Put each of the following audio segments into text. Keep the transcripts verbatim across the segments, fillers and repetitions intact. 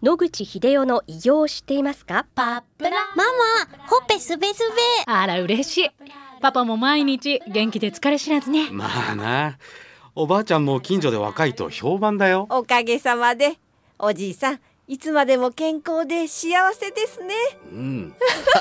野口英世の偉業を知っていますか？ パップラママ、ほっぺすべすべ。 あら嬉しい。パパも毎日元気で疲れ知らずね。 まあな、おばあちゃんも近所で若いと評判だよ。 おかげさまで。おじいさん、いつまでも健康で幸せですね。 うん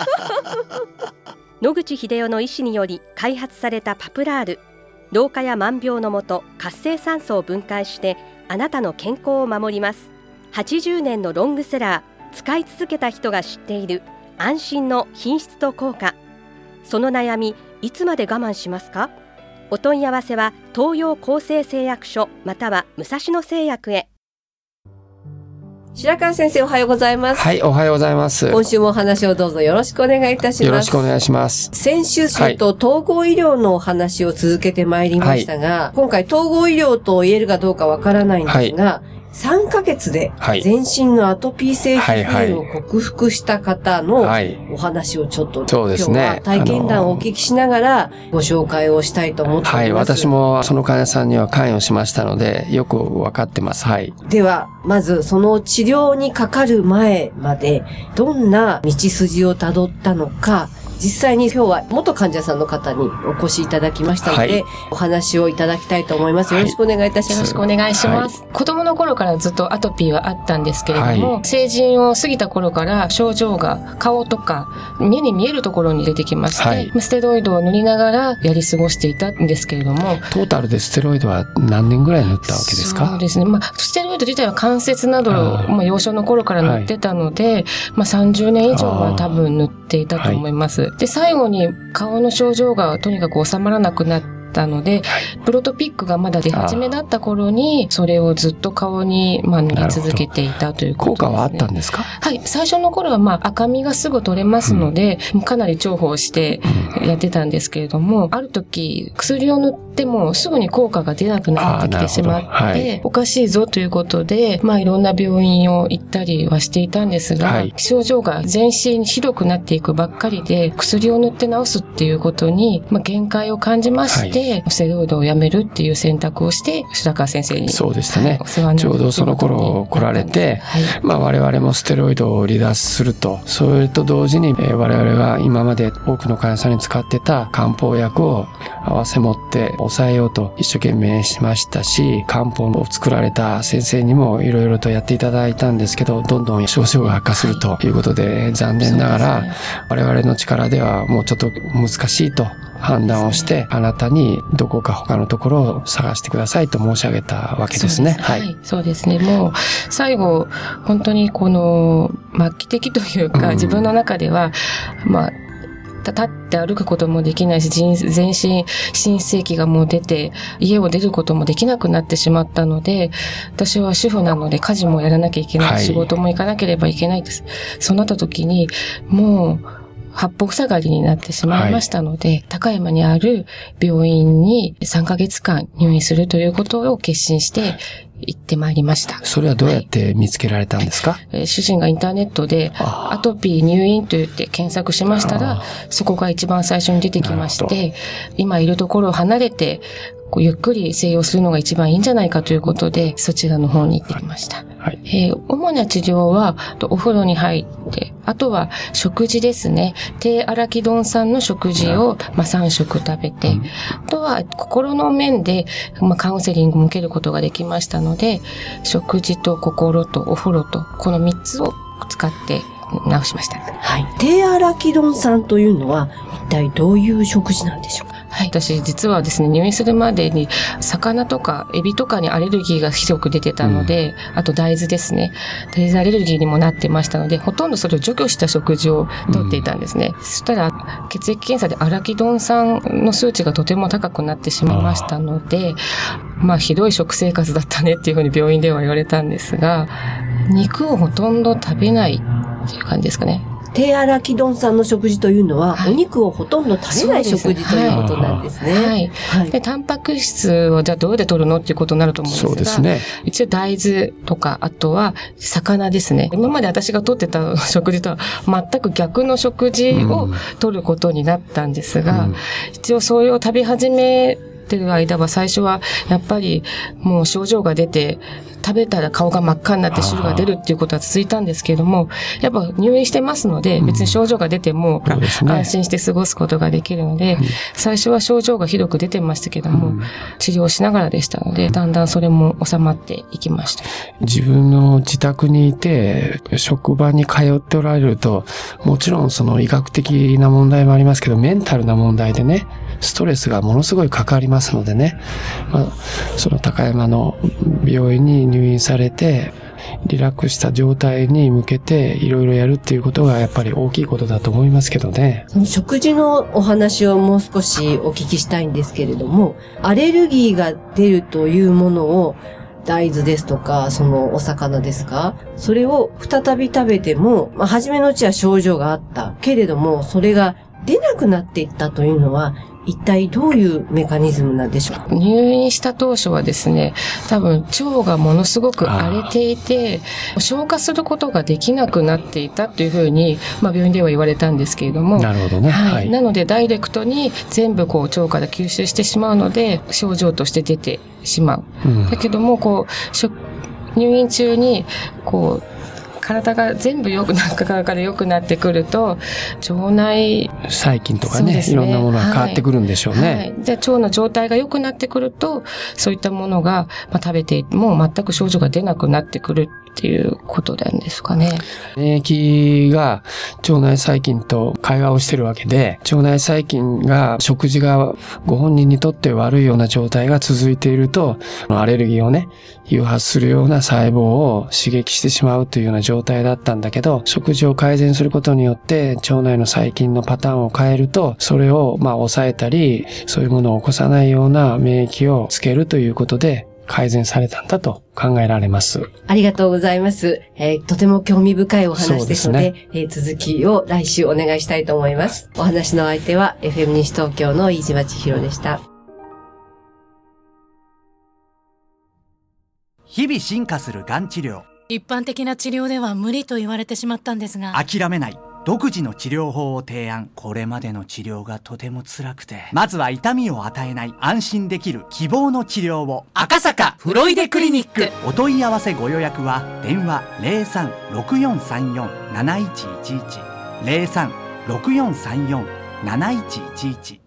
野口英世の医師により開発されたパプラール。老化や万病のもと活性酸素を分解してあなたの健康を守ります。はちじゅうねんのロングセラー、使い続けた人が知っている安心の品質と効果。その悩み、いつまで我慢しますか？お問い合わせは東洋厚生製薬所または武蔵野製薬へ。 白川先生、おはようございます。 はい、おはようございます。 今週もお話をどうぞよろしくお願いいたします。 よろしくお願いします。 先週と統合医療のお話を続けてまいりましたが、はい、今回統合医療と言えるかどうかわからないんですが、はい、さんかげつで全身のアトピー性皮膚炎を克服した方のお話をちょっと、 そうですね、 今日は体験談をお聞きしながらご紹介をしたいと思っております。はい、 私もその患者さんには関与しましたのでよくわかってます。はい。 では、まずその治療にかかる前までどんな道筋をたどったのか、実際に今日は元患者さんの方にお越しいただきましたので、はい、お話をいただきたいと思います。よろしくお願いいたします。はい、 よろしくお願いします。はい、子供の頃からずっとアトピーはあったんですけれども、はい、成人を過ぎた頃から症状が顔とか目に見えるところに出てきまして、はい、ステロイドを塗りながらやり過ごしていたんですけれども、 トータルでステロイドは何年ぐらい塗ったわけですか？ そうですね。まあ、ステロイド自体は関節などをまあ、幼少の頃から塗ってたので、はい、まあ、さんじゅうねん以上は多分塗っていたと思います。で、最後に顔の症状がとにかく収まらなくなったので、はい、プロトピックがまだ出始めだった頃にそれをずっと顔にまあ塗り続けていたということですね。 効果はあったんですか？ はい、最初の頃はまあ赤みがすぐ取れますので、うん、かなり重宝してやってたんですけれども、うん、ある時薬を塗ってもすぐに効果が出なくなってきてしまって、はい、おかしいぞということで、まあいろんな病院を行ったりはしていたんですが、はい、症状が全身ひどくなっていくばっかりで薬を塗って治すっていうことにまあ限界を感じまして、はい、ステロイドをやめるっていう選択をして白川先生にそうですね、 お世話になってちょうどその頃来られて、はい、まあ我々もステロイドを離脱すると、それと同時に、えー、我々が今まで多くの患者さんに使ってた漢方薬を合わせ持って抑えようと一生懸命しましたし、漢方を作られた先生にもいろいろとやっていただいたんですけど、どんどん症状が悪化するということで、はい、残念ながら、ね、我々の力ではもうちょっと難しいと判断をして、あなたにどこか他のところを探してくださいと申し上げたわけですね。 はい。そうですね。もう最後本当にこの末期的というか、うん、自分の中ではまあ立って歩くこともできないし、全身新生期がもう出て家を出ることもできなくなってしまったので、私は主婦なので家事もやらなきゃいけない、はい、仕事も行かなければいけないです。そうなった時にもう八方塞がりになってしまいましたので、はい、高山にある病院にさんかげつかん入院するということを決心して行ってまいりました。 それはどうやって見つけられたんですか？ えー、主人がインターネットでアトピー入院と言って検索しましたら、そこが一番最初に出てきまして、今いるところを離れてゆっくり静養するのが一番いいんじゃないかということで、そちらの方に行ってきました。はい、えー、主な治療はお風呂に入って、あとは食事ですね。低アラキドン酸の食事を、まあ、さんしょく食べて、うん、あとは心の面で、まあ、カウンセリングも受けることができましたので、食事と心とお風呂とこのみっつを使って治しました。 はい。低アラキドン酸というのは一体どういう食事なんでしょうか？ はい。私実はですね、入院するまでに魚とかエビとかにアレルギーがひどく出てたので、うん、あと大豆ですね。大豆アレルギーにもなってましたので、ほとんどそれを除去した食事をとっていたんですね。うん、そしたら血液検査でアラキドン酸の数値がとても高くなってしまいましたので、まあひどい食生活だったねっていうふうに病院では言われたんですが、肉をほとんど食べないっていう感じですかね。 低アラキドン酸の食事というのは、はい、お肉をほとんど食べない食事ということなんですね。 はい。はい、で、タンパク質をじゃあどうやって取るのっていうことになると思うんですが、 そうですね。 一応大豆とか、あとは魚ですね。今まで私が取ってた食事とは全く逆の食事を取ることになったんですが、うん、一応それを食べ始めてる間は最初はやっぱりもう症状が出て食べたら顔が真っ赤になって汁が出るっていうことは続いたんですけれども、やっぱ入院してますので、別に症状が出ても安心して過ごすことができるので、最初は症状がひどく出てましたけども、治療しながらでしたので、だんだんそれも収まっていきました。 自分の自宅にいて、職場に通っておられると、もちろんその医学的な問題もありますけど、メンタルな問題でね、ストレスがものすごいかかりますのでね、まあ、その高山の病院に入院されて、リラックスした状態に向けていろいろやるっていうことがやっぱり大きいことだと思いますけどね。 その食事のお話をもう少しお聞きしたいんですけれども、アレルギーが出るというものを大豆ですとか、そのお魚ですか、それを再び食べても、まあ、初めのうちは症状があったけれども、それが出なくなっていったというのは、一体どういうメカニズムなんでしょうか？ 入院した当初はですね、多分腸がものすごく荒れていて、消化することができなくなっていたというふうに、まあ病院では言われたんですけれども。 なるほどね。 はい。 はい、 なのでダイレクトに全部こう腸から吸収してしまうので、症状として出てしまう。うん、だけども、こう、入院中に、こう、体が全部良くなから良くなってくると、腸内細菌とか ね, ねいろんなものが変わってくるんでしょうね。はいはい、 で腸の状態が良くなってくると、そういったものが、まあ、食べていても全く症状が出なくなってくるっていうことなんですかね。 免疫が腸内細菌と会話をしてるわけで、腸内細菌が食事がご本人にとって悪いような状態が続いていると、アレルギーをね、誘発するような細胞を刺激してしまうというような状態だったんだけど、食事を改善することによって腸内の細菌のパターンを変えると、それをまあ抑えたり、そういうものを起こさないような免疫をつけるということで改善されたんだと考えられます。 ありがとうございます。えー、とても興味深いお話ですので、でねえー、続きを来週お願いしたいと思います。お話の相手は エフエム 西東京の飯島千尋でした。 日々進化するがん治療。 一般的な治療では無理と言われてしまったんですが、 諦めない。独自の治療法を提案。これまでの治療がとても辛くて、まずは痛みを与えない、安心できる希望の治療を。赤坂フロイデクリニック。お問い合わせご予約は電話 ゼロさん ろくよんさんよん なないちいちいち ゼロさん ろくよんさんよん なないちいちいち